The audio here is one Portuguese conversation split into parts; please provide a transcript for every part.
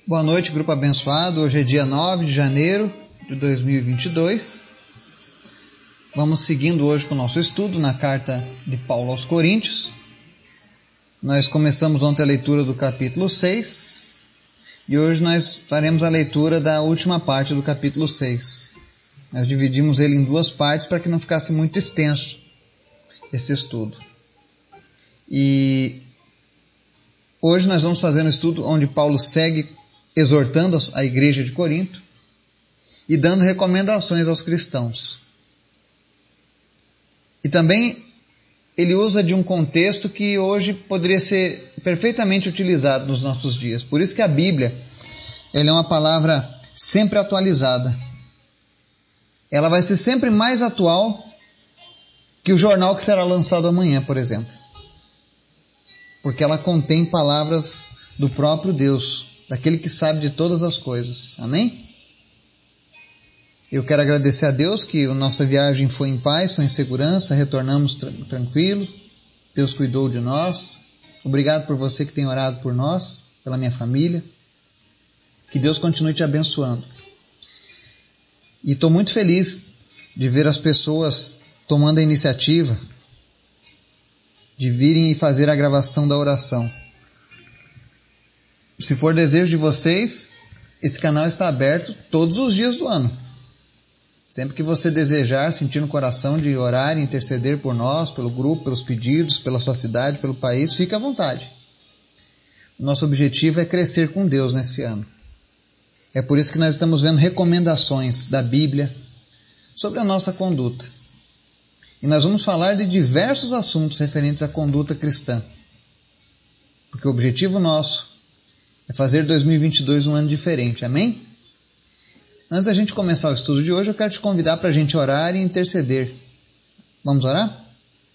Boa noite, grupo abençoado. Hoje é dia 9 de janeiro de 2022. Vamos seguindo hoje com o nosso estudo na carta de Paulo aos Coríntios. Nós começamos ontem a leitura do capítulo 6 e hoje nós faremos a leitura da última parte do capítulo 6. Nós dividimos ele em duas partes para que não ficasse muito extenso esse estudo. E hoje nós vamos fazer um estudo onde Paulo segue exortando a igreja de Corinto e dando recomendações aos cristãos. E também ele usa de um contexto que hoje poderia ser perfeitamente utilizado nos nossos dias. Por isso que a Bíblia ela é uma palavra sempre atualizada. Ela vai ser sempre mais atual que o jornal que será lançado amanhã, por exemplo. Porque ela contém palavras do próprio Deus, daquele que sabe de todas as coisas. Amém? Eu quero agradecer a Deus que a nossa viagem foi em paz, foi em segurança, retornamos tranquilo. Deus cuidou de nós. Obrigado por você que tem orado por nós, pela minha família. Que Deus continue te abençoando. E estou muito feliz de ver as pessoas tomando a iniciativa de virem e fazer a gravação da oração. Se for desejo de vocês, esse canal está aberto todos os dias do ano. Sempre que você desejar, sentir no coração de orar e interceder por nós, pelo grupo, pelos pedidos, pela sua cidade, pelo país, fique à vontade. O nosso objetivo é crescer com Deus nesse ano. É por isso que nós estamos vendo recomendações da Bíblia sobre a nossa conduta. E nós vamos falar de diversos assuntos referentes à conduta cristã. Porque o objetivo nosso é fazer 2022 um ano diferente. Amém? Antes da gente começar o estudo de hoje, eu quero te convidar para a gente orar e interceder. Vamos orar?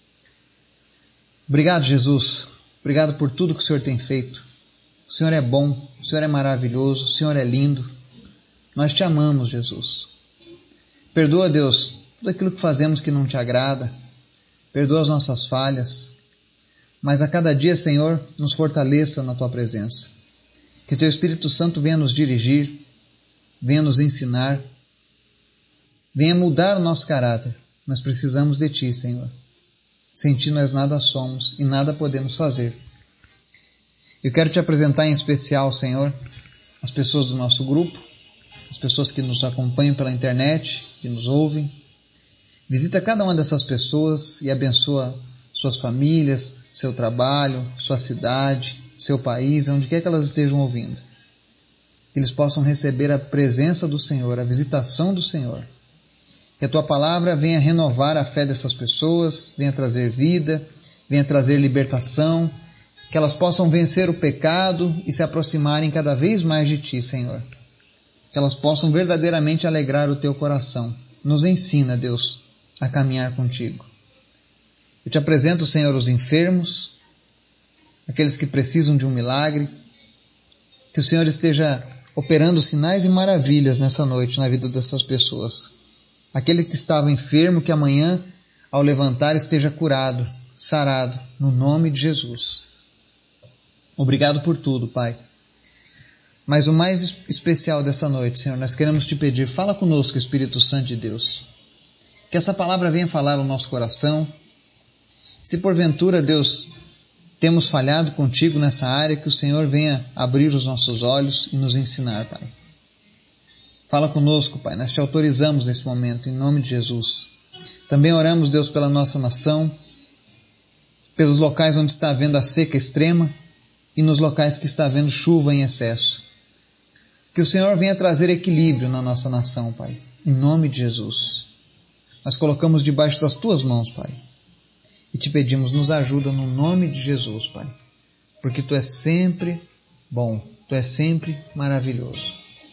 Obrigado, Jesus. Obrigado por tudo que o Senhor tem feito. O Senhor é bom, o Senhor é maravilhoso, o Senhor é lindo. Nós te amamos, Jesus. Perdoa, Deus, tudo aquilo que fazemos que não te agrada. Perdoa as nossas falhas. Mas a cada dia, Senhor, nos fortaleça na tua presença. Que teu Espírito Santo venha nos dirigir, venha nos ensinar, venha mudar o nosso caráter. Nós precisamos de ti, Senhor. Sem ti nós nada somos e nada podemos fazer. Eu quero te apresentar em especial, Senhor, as pessoas do nosso grupo, as pessoas que nos acompanham pela internet, que nos ouvem. Visita cada uma dessas pessoas e abençoa suas famílias, seu trabalho, sua cidade, seu país, onde quer que elas estejam ouvindo. Que eles possam receber a presença do Senhor, a visitação do Senhor. Que a tua palavra venha renovar a fé dessas pessoas, venha trazer vida, venha trazer libertação, que elas possam vencer o pecado e se aproximarem cada vez mais de ti, Senhor. Que elas possam verdadeiramente alegrar o teu coração. Nos ensina, Deus, a caminhar contigo. Eu te apresento, Senhor, os enfermos, aqueles que precisam de um milagre. Que o Senhor esteja operando sinais e maravilhas nessa noite na vida dessas pessoas. Aquele que estava enfermo, que amanhã, ao levantar, esteja curado, sarado, no nome de Jesus. Obrigado por tudo, Pai. Mas o mais especial dessa noite, Senhor, nós queremos te pedir, fala conosco, Espírito Santo de Deus. Que essa palavra venha falar no nosso coração. Se porventura, Deus, temos falhado contigo nessa área, que o Senhor venha abrir os nossos olhos e nos ensinar, Pai. Fala conosco, Pai, nós te autorizamos nesse momento, em nome de Jesus. Também oramos, Deus, pela nossa nação, pelos locais onde está havendo a seca extrema e nos locais que está havendo chuva em excesso. Que o Senhor venha trazer equilíbrio na nossa nação, Pai, em nome de Jesus. Nós colocamos debaixo das tuas mãos, Pai. E te pedimos, nos ajuda no nome de Jesus, Pai. Porque tu és sempre bom, tu és sempre maravilhoso.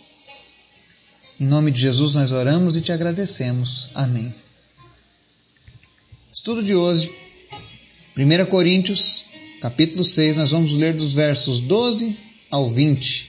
Em nome de Jesus nós oramos e te agradecemos. Amém. Estudo de hoje, 1 Coríntios, capítulo 6, nós vamos ler dos versos 12 ao 20.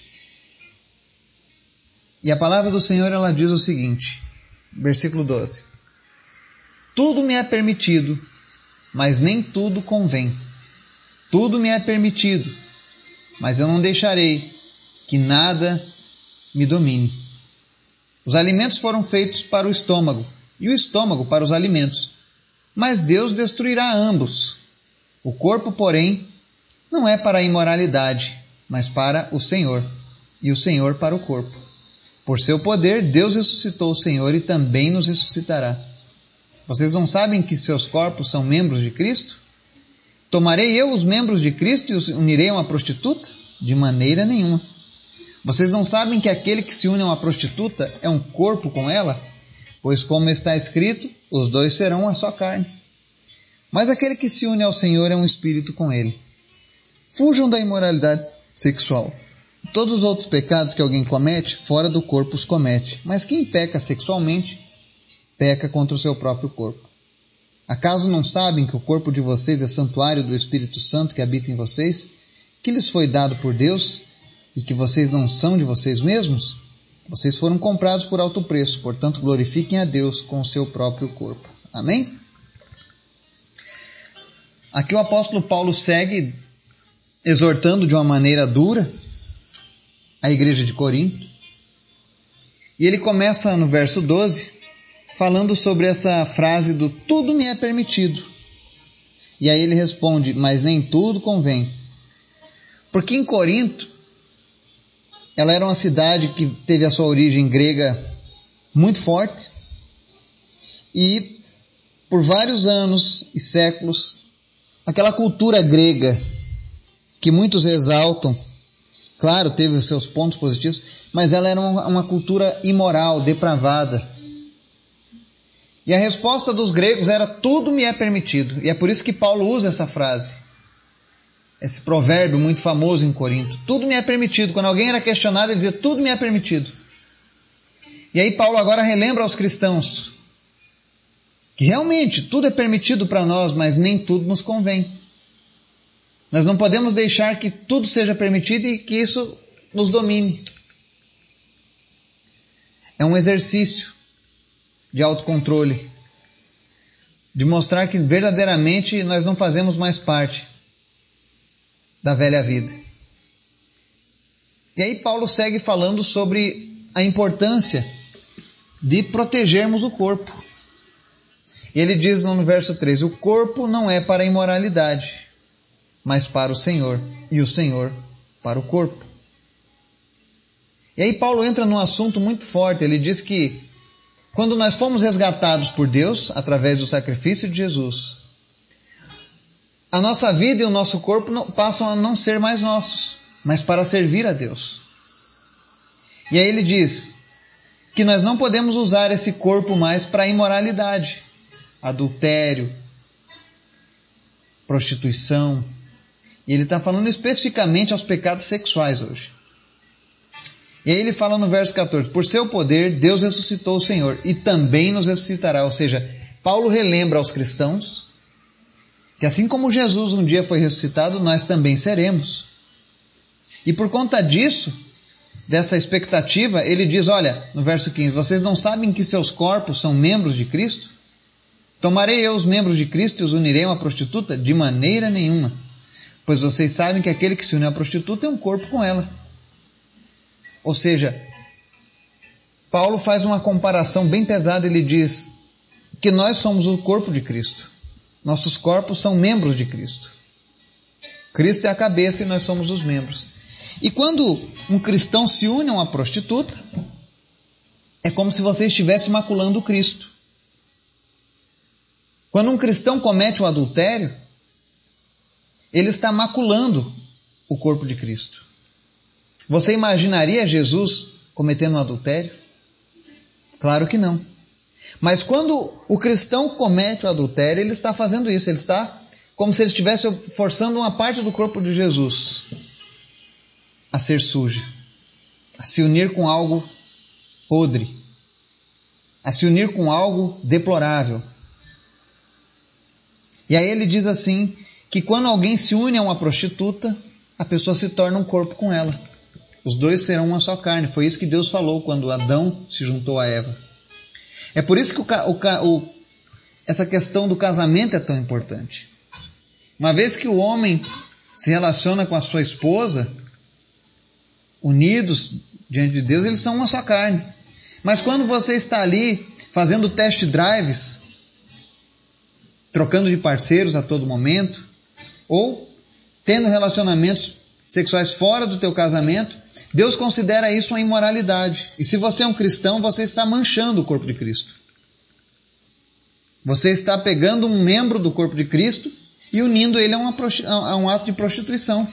E a palavra do Senhor, ela diz o seguinte, versículo 12. Tudo me é permitido, mas nem tudo convém. Tudo me é permitido, mas eu não deixarei que nada me domine. Os alimentos foram feitos para o estômago, e o estômago para os alimentos, mas Deus destruirá ambos. O corpo, porém, não é para a imoralidade, mas para o Senhor, e o Senhor para o corpo. Por seu poder, Deus ressuscitou o Senhor e também nos ressuscitará. Vocês não sabem que seus corpos são membros de Cristo? Tomarei eu os membros de Cristo e os unirei a uma prostituta? De maneira nenhuma. Vocês não sabem que aquele que se une a uma prostituta é um corpo com ela? Pois como está escrito, os dois serão uma só carne. Mas aquele que se une ao Senhor é um espírito com ele. Fujam da imoralidade sexual. Todos os outros pecados que alguém comete, fora do corpo os comete. Mas quem peca sexualmente, peca contra o seu próprio corpo. Acaso não sabem que o corpo de vocês é santuário do Espírito Santo que habita em vocês, que lhes foi dado por Deus, e que vocês não são de vocês mesmos? Vocês foram comprados por alto preço, portanto glorifiquem a Deus com o seu próprio corpo. Amém? Aqui o apóstolo Paulo segue exortando de uma maneira dura a igreja de Corinto. E ele começa no verso 12, falando sobre essa frase do tudo me é permitido. E aí ele responde, mas nem tudo convém. Porque em Corinto, ela era uma cidade que teve a sua origem grega muito forte. E por vários anos e séculos, aquela cultura grega que muitos exaltam, claro, teve os seus pontos positivos, mas ela era uma cultura imoral, depravada. E a resposta dos gregos era, tudo me é permitido. E é por isso que Paulo usa essa frase, esse provérbio muito famoso em Corinto. Tudo me é permitido. Quando alguém era questionado, ele dizia, tudo me é permitido. E aí Paulo agora relembra aos cristãos que realmente tudo é permitido para nós, mas nem tudo nos convém. Nós não podemos deixar que tudo seja permitido e que isso nos domine. É um exercício de autocontrole, de mostrar que verdadeiramente nós não fazemos mais parte da velha vida. E aí Paulo segue falando sobre a importância de protegermos o corpo. E ele diz no verso 13, o corpo não é para a imoralidade, mas para o Senhor, e o Senhor para o corpo. E aí Paulo entra num assunto muito forte. Ele diz que quando nós fomos resgatados por Deus, através do sacrifício de Jesus, a nossa vida e o nosso corpo passam a não ser mais nossos, mas para servir a Deus. E aí ele diz que nós não podemos usar esse corpo mais para a imoralidade, adultério, prostituição. E ele está falando especificamente aos pecados sexuais hoje. E aí ele fala no verso 14, por seu poder Deus ressuscitou o Senhor e também nos ressuscitará. Ou seja, Paulo relembra aos cristãos que assim como Jesus um dia foi ressuscitado, nós também seremos. E por conta disso, dessa expectativa, ele diz, olha, no verso 15, vocês não sabem que seus corpos são membros de Cristo? Tomarei eu os membros de Cristo e os unirei a uma prostituta? De maneira nenhuma. Pois vocês sabem que aquele que se une à prostituta é um corpo com ela. Ou seja, Paulo faz uma comparação bem pesada. Ele diz que nós somos o corpo de Cristo. Nossos corpos são membros de Cristo. Cristo é a cabeça e nós somos os membros. E quando um cristão se une a uma prostituta, é como se você estivesse maculando o Cristo. Quando um cristão comete o adultério, ele está maculando o corpo de Cristo. Você imaginaria Jesus cometendo um adultério? Claro que não. Mas quando o cristão comete o adultério, ele está fazendo isso. Ele está como se ele estivesse forçando uma parte do corpo de Jesus a ser suja, a se unir com algo podre, a se unir com algo deplorável. E aí ele diz assim, que quando alguém se une a uma prostituta, a pessoa se torna um corpo com ela. Os dois serão uma só carne. Foi isso que Deus falou quando Adão se juntou a Eva. É por isso que essa questão do casamento é tão importante. Uma vez que o homem se relaciona com a sua esposa, unidos diante de Deus, eles são uma só carne. Mas quando você está ali fazendo test drives, trocando de parceiros a todo momento, ou tendo relacionamentos sexuais fora do teu casamento, Deus considera isso uma imoralidade. E se você é um cristão, você está manchando o corpo de Cristo. Você está pegando um membro do corpo de Cristo e unindo ele a um ato de prostituição.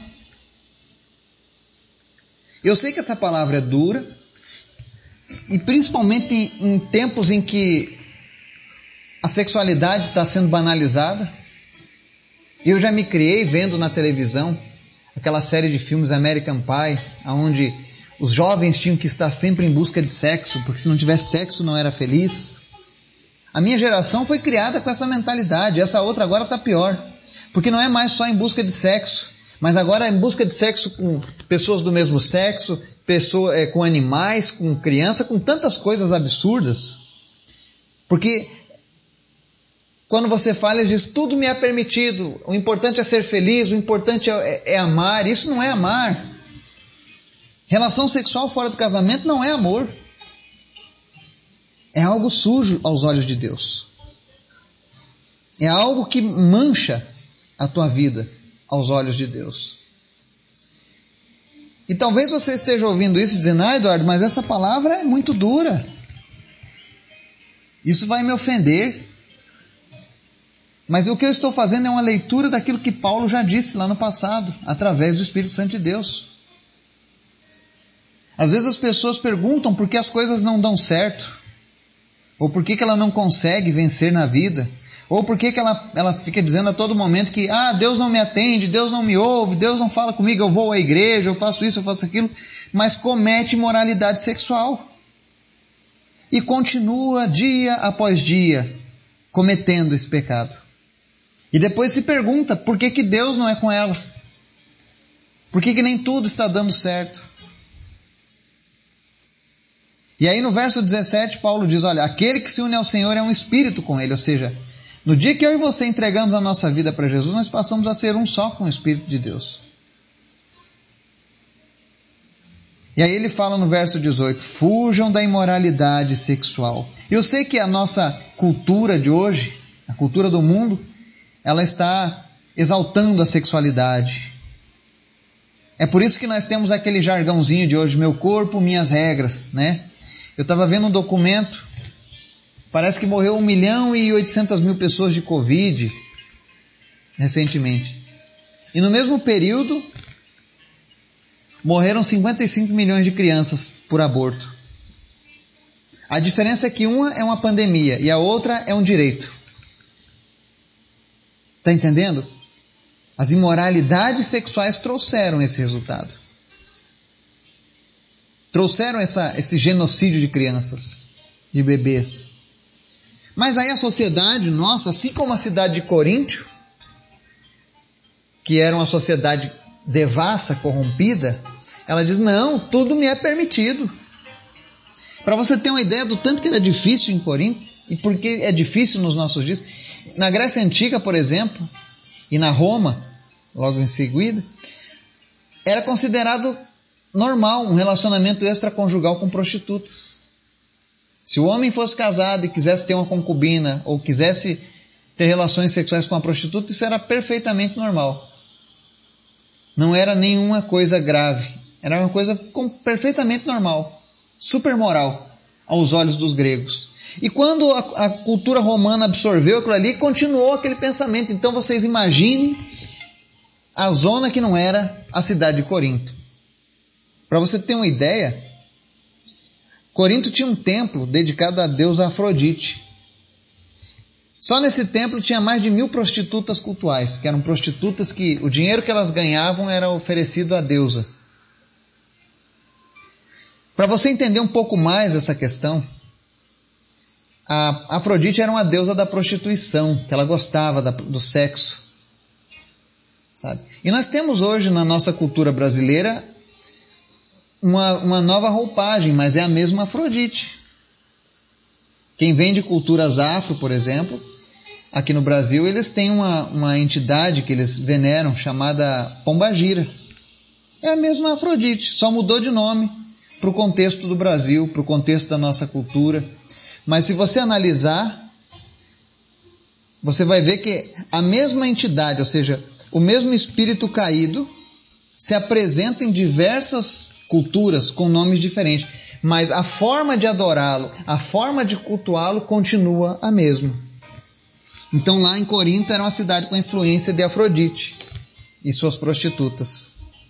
Eu sei que essa palavra é dura, e principalmente em tempos em que a sexualidade está sendo banalizada. Eu já me criei vendo na televisão aquela série de filmes American Pie, onde os jovens tinham que estar sempre em busca de sexo, porque se não tivesse sexo não era feliz. A minha geração foi criada com essa mentalidade, essa outra agora está pior, porque não é mais só em busca de sexo, mas agora é em busca de sexo com pessoas do mesmo sexo, com animais, com criança, com tantas coisas absurdas. Porque quando você fala, ele diz, tudo me é permitido, o importante é ser feliz, o importante é amar. Isso não é amar. Relação sexual fora do casamento não é amor. É algo sujo aos olhos de Deus. É algo que mancha a tua vida aos olhos de Deus. E talvez você esteja ouvindo isso e dizendo, Eduardo, mas essa palavra é muito dura. Isso vai me ofender. Mas o que eu estou fazendo é uma leitura daquilo que Paulo já disse lá no passado, através do Espírito Santo de Deus. Às vezes as pessoas perguntam por que as coisas não dão certo, ou por que ela não consegue vencer na vida, ou por que ela fica dizendo a todo momento que Deus não me atende, Deus não me ouve, Deus não fala comigo, eu vou à igreja, eu faço isso, eu faço aquilo, mas comete imoralidade sexual. E continua dia após dia cometendo esse pecado. E depois se pergunta por que Deus não é com ela? Por que nem tudo está dando certo? E aí no verso 17 Paulo diz, olha, aquele que se une ao Senhor é um espírito com ele. Ou seja, no dia que eu e você entregamos a nossa vida para Jesus, nós passamos a ser um só com o Espírito de Deus. E aí ele fala no verso 18, fujam da imoralidade sexual. Eu sei que a nossa cultura de hoje, a cultura do mundo, ela está exaltando a sexualidade. É por isso que nós temos aquele jargãozinho de hoje, meu corpo, minhas regras, né? Eu estava vendo um documento, parece que morreu 1.800.000 pessoas de Covid recentemente. E no mesmo período, morreram 55 milhões de crianças por aborto. A diferença é que uma é uma pandemia e a outra é um direito. Está entendendo? As imoralidades sexuais trouxeram esse resultado. Trouxeram esse genocídio de crianças, de bebês. Mas aí a sociedade nossa, assim como a cidade de Coríntio, que era uma sociedade devassa, corrompida, ela diz, não, tudo me é permitido. Para você ter uma ideia do tanto que era difícil em Corinto, e por que é difícil nos nossos dias. Na Grécia Antiga, por exemplo, e na Roma, logo em seguida, era considerado normal um relacionamento extraconjugal com prostitutas. Se o homem fosse casado e quisesse ter uma concubina, ou quisesse ter relações sexuais com uma prostituta, isso era perfeitamente normal. Não era nenhuma coisa grave, era uma coisa perfeitamente normal, super moral, aos olhos dos gregos. E quando a cultura romana absorveu aquilo ali, continuou aquele pensamento. Então vocês imaginem a zona que não era a cidade de Corinto. Para você ter uma ideia, Corinto tinha um templo dedicado à deusa Afrodite. Só nesse templo tinha mais de 1.000 prostitutas cultuais, que eram prostitutas que o dinheiro que elas ganhavam era oferecido à deusa. Para você entender um pouco mais essa questão, a Afrodite era uma deusa da prostituição, que ela gostava do sexo, sabe? E nós temos hoje na nossa cultura brasileira uma nova roupagem, mas é a mesma Afrodite. Quem vem de culturas afro, por exemplo, aqui no Brasil, eles têm uma entidade que eles veneram chamada Pombagira. É a mesma Afrodite, só mudou de nome para o contexto do Brasil, para o contexto da nossa cultura. Mas se você analisar, você vai ver que a mesma entidade, ou seja, o mesmo espírito caído, se apresenta em diversas culturas com nomes diferentes. Mas a forma de adorá-lo, a forma de cultuá-lo continua a mesma. Então lá em Corinto era uma cidade com influência de Afrodite e suas prostitutas.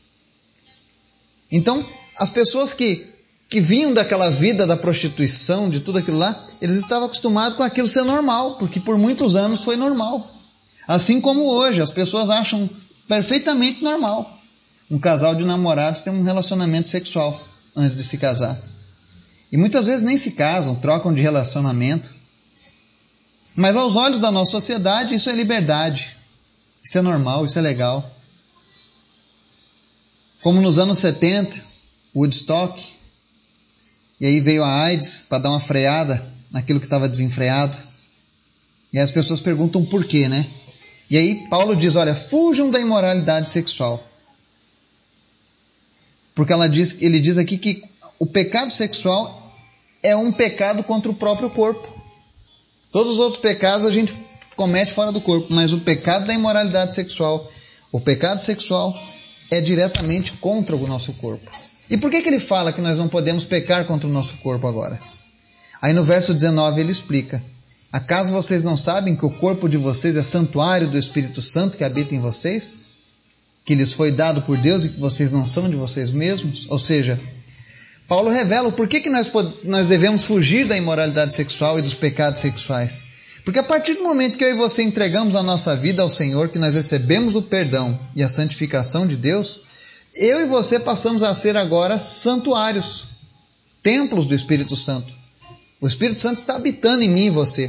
Então as pessoas que vinham daquela vida da prostituição, de tudo aquilo lá, eles estavam acostumados com aquilo ser normal, porque por muitos anos foi normal. Assim como hoje, as pessoas acham perfeitamente normal um casal de namorados ter um relacionamento sexual antes de se casar. E muitas vezes nem se casam, trocam de relacionamento. Mas aos olhos da nossa sociedade, isso é liberdade. Isso é normal, isso é legal. Como nos anos 70, Woodstock, e aí veio a AIDS para dar uma freada naquilo que estava desenfreado. E aí as pessoas perguntam por quê, né? E aí Paulo diz, olha, fujam da imoralidade sexual. Porque ele diz aqui que o pecado sexual é um pecado contra o próprio corpo. Todos os outros pecados a gente comete fora do corpo, mas o pecado da imoralidade sexual, o pecado sexual é diretamente contra o nosso corpo. E por que ele fala que nós não podemos pecar contra o nosso corpo agora? Aí no verso 19 ele explica, acaso vocês não sabem que o corpo de vocês é santuário do Espírito Santo que habita em vocês? Que lhes foi dado por Deus e que vocês não são de vocês mesmos? Ou seja, Paulo revela o porquê que nós devemos fugir da imoralidade sexual e dos pecados sexuais. Porque a partir do momento que eu e você entregamos a nossa vida ao Senhor, que nós recebemos o perdão e a santificação de Deus, eu e você passamos a ser agora santuários, templos do Espírito Santo. O Espírito Santo está habitando em mim e você.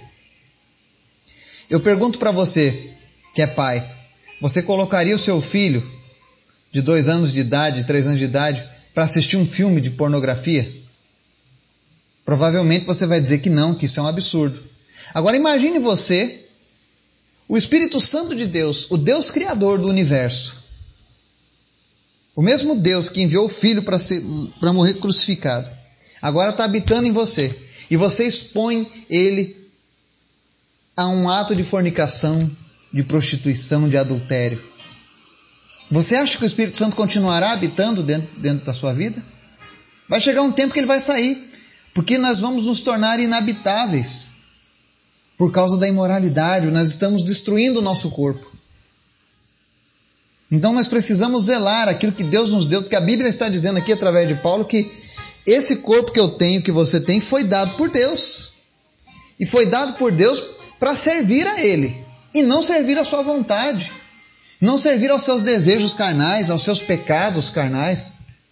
Eu pergunto para você, que é pai, você colocaria o seu filho de 2 anos de idade, 3 anos de idade, para assistir um filme de pornografia? Provavelmente você vai dizer que não, que isso é um absurdo. Agora imagine você, o Espírito Santo de Deus, o Deus Criador do universo, o mesmo Deus que enviou o Filho para morrer crucificado, agora está habitando em você, e você expõe ele a um ato de fornicação, de prostituição, de adultério. Você acha que o Espírito Santo continuará habitando dentro da sua vida? Vai chegar um tempo que ele vai sair, porque nós vamos nos tornar inabitáveis por causa da imoralidade, nós estamos destruindo o nosso corpo. Então nós precisamos zelar aquilo que Deus nos deu, porque a Bíblia está dizendo aqui através de Paulo que esse corpo que eu tenho, que você tem, foi dado por Deus. E foi dado por Deus para servir a Ele, e não servir à sua vontade, não servir aos seus desejos carnais, aos seus pecados carnais.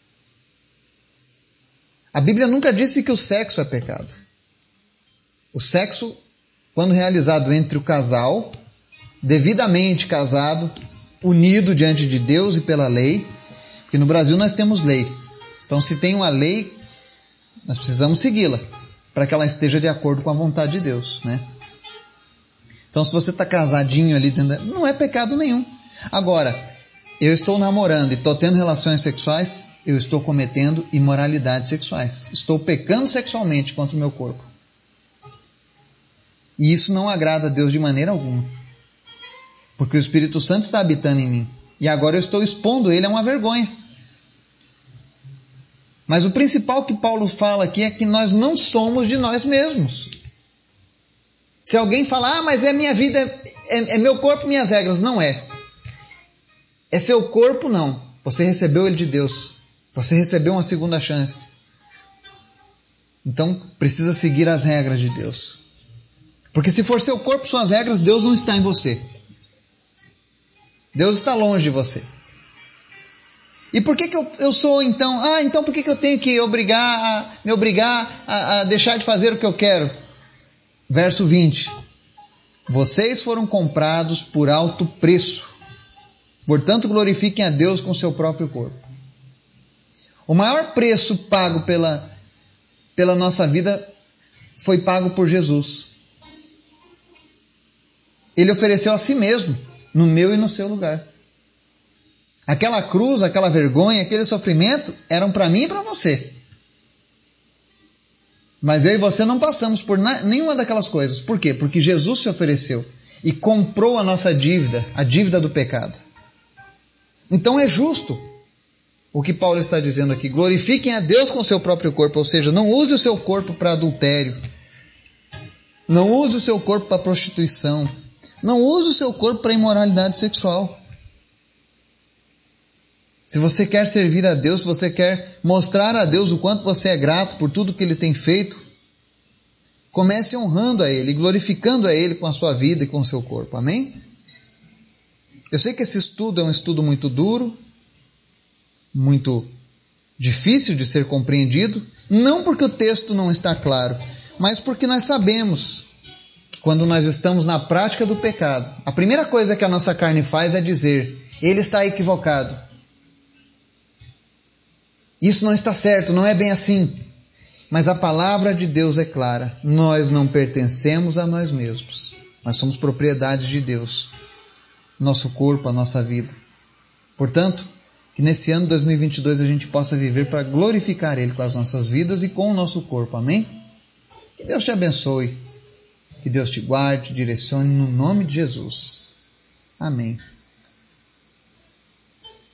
A Bíblia nunca disse que o sexo é pecado. O sexo, quando realizado entre o casal, devidamente casado, unido diante de Deus e pela lei, porque no Brasil nós temos lei. Então se tem uma lei, nós precisamos segui-la, para que ela esteja de acordo com a vontade de Deus, né? Então se você está casadinho ali dentro, não é pecado nenhum. Agora, eu estou namorando e estou tendo relações sexuais, eu estou cometendo imoralidades sexuais. Estou pecando sexualmente contra o meu corpo. E isso não agrada a Deus de maneira alguma. Porque o Espírito Santo está habitando em mim. E agora eu estou expondo ele a uma vergonha. Mas o principal que Paulo fala aqui é que nós não somos de nós mesmos. Se alguém falar, mas é minha vida, é meu corpo, minhas regras. Não é. É seu corpo, não. Você recebeu ele de Deus. Você recebeu uma segunda chance. Então precisa seguir as regras de Deus. Porque se for seu corpo, suas regras, Deus não está em você. Deus está longe de você. E por que eu sou então? Então por que eu tenho que me obrigar a deixar de fazer o que eu quero? Verso 20. Vocês foram comprados por alto preço. Portanto, glorifiquem a Deus com seu próprio corpo. O maior preço pago pela nossa vida foi pago por Jesus. Ele ofereceu a si mesmo, no meu e no seu lugar. Aquela cruz, aquela vergonha, aquele sofrimento eram para mim e para você. Mas eu e você não passamos por nenhuma daquelas coisas. Por quê? Porque Jesus se ofereceu e comprou a nossa dívida, a dívida do pecado. Então é justo o que Paulo está dizendo aqui. Glorifiquem a Deus com o seu próprio corpo, ou seja, não use o seu corpo para adultério. Não use o seu corpo para prostituição. Não use o seu corpo para imoralidade sexual. Se você quer servir a Deus, se você quer mostrar a Deus o quanto você é grato por tudo que Ele tem feito, comece honrando a Ele, glorificando a Ele com a sua vida e com o seu corpo. Amém? Eu sei que esse estudo é um estudo muito duro, muito difícil de ser compreendido, não porque o texto não está claro, mas porque nós sabemos que quando nós estamos na prática do pecado, a primeira coisa que a nossa carne faz é dizer: ele está equivocado. Isso não está certo, não é bem assim. Mas a palavra de Deus é clara. Nós não pertencemos a nós mesmos. Nós somos propriedade de Deus. Nosso corpo, a nossa vida. Portanto, que nesse ano 2022 a gente possa viver para glorificar Ele com as nossas vidas e com o nosso corpo. Amém? Que Deus te abençoe. Que Deus te guarde, te direcione no nome de Jesus. Amém.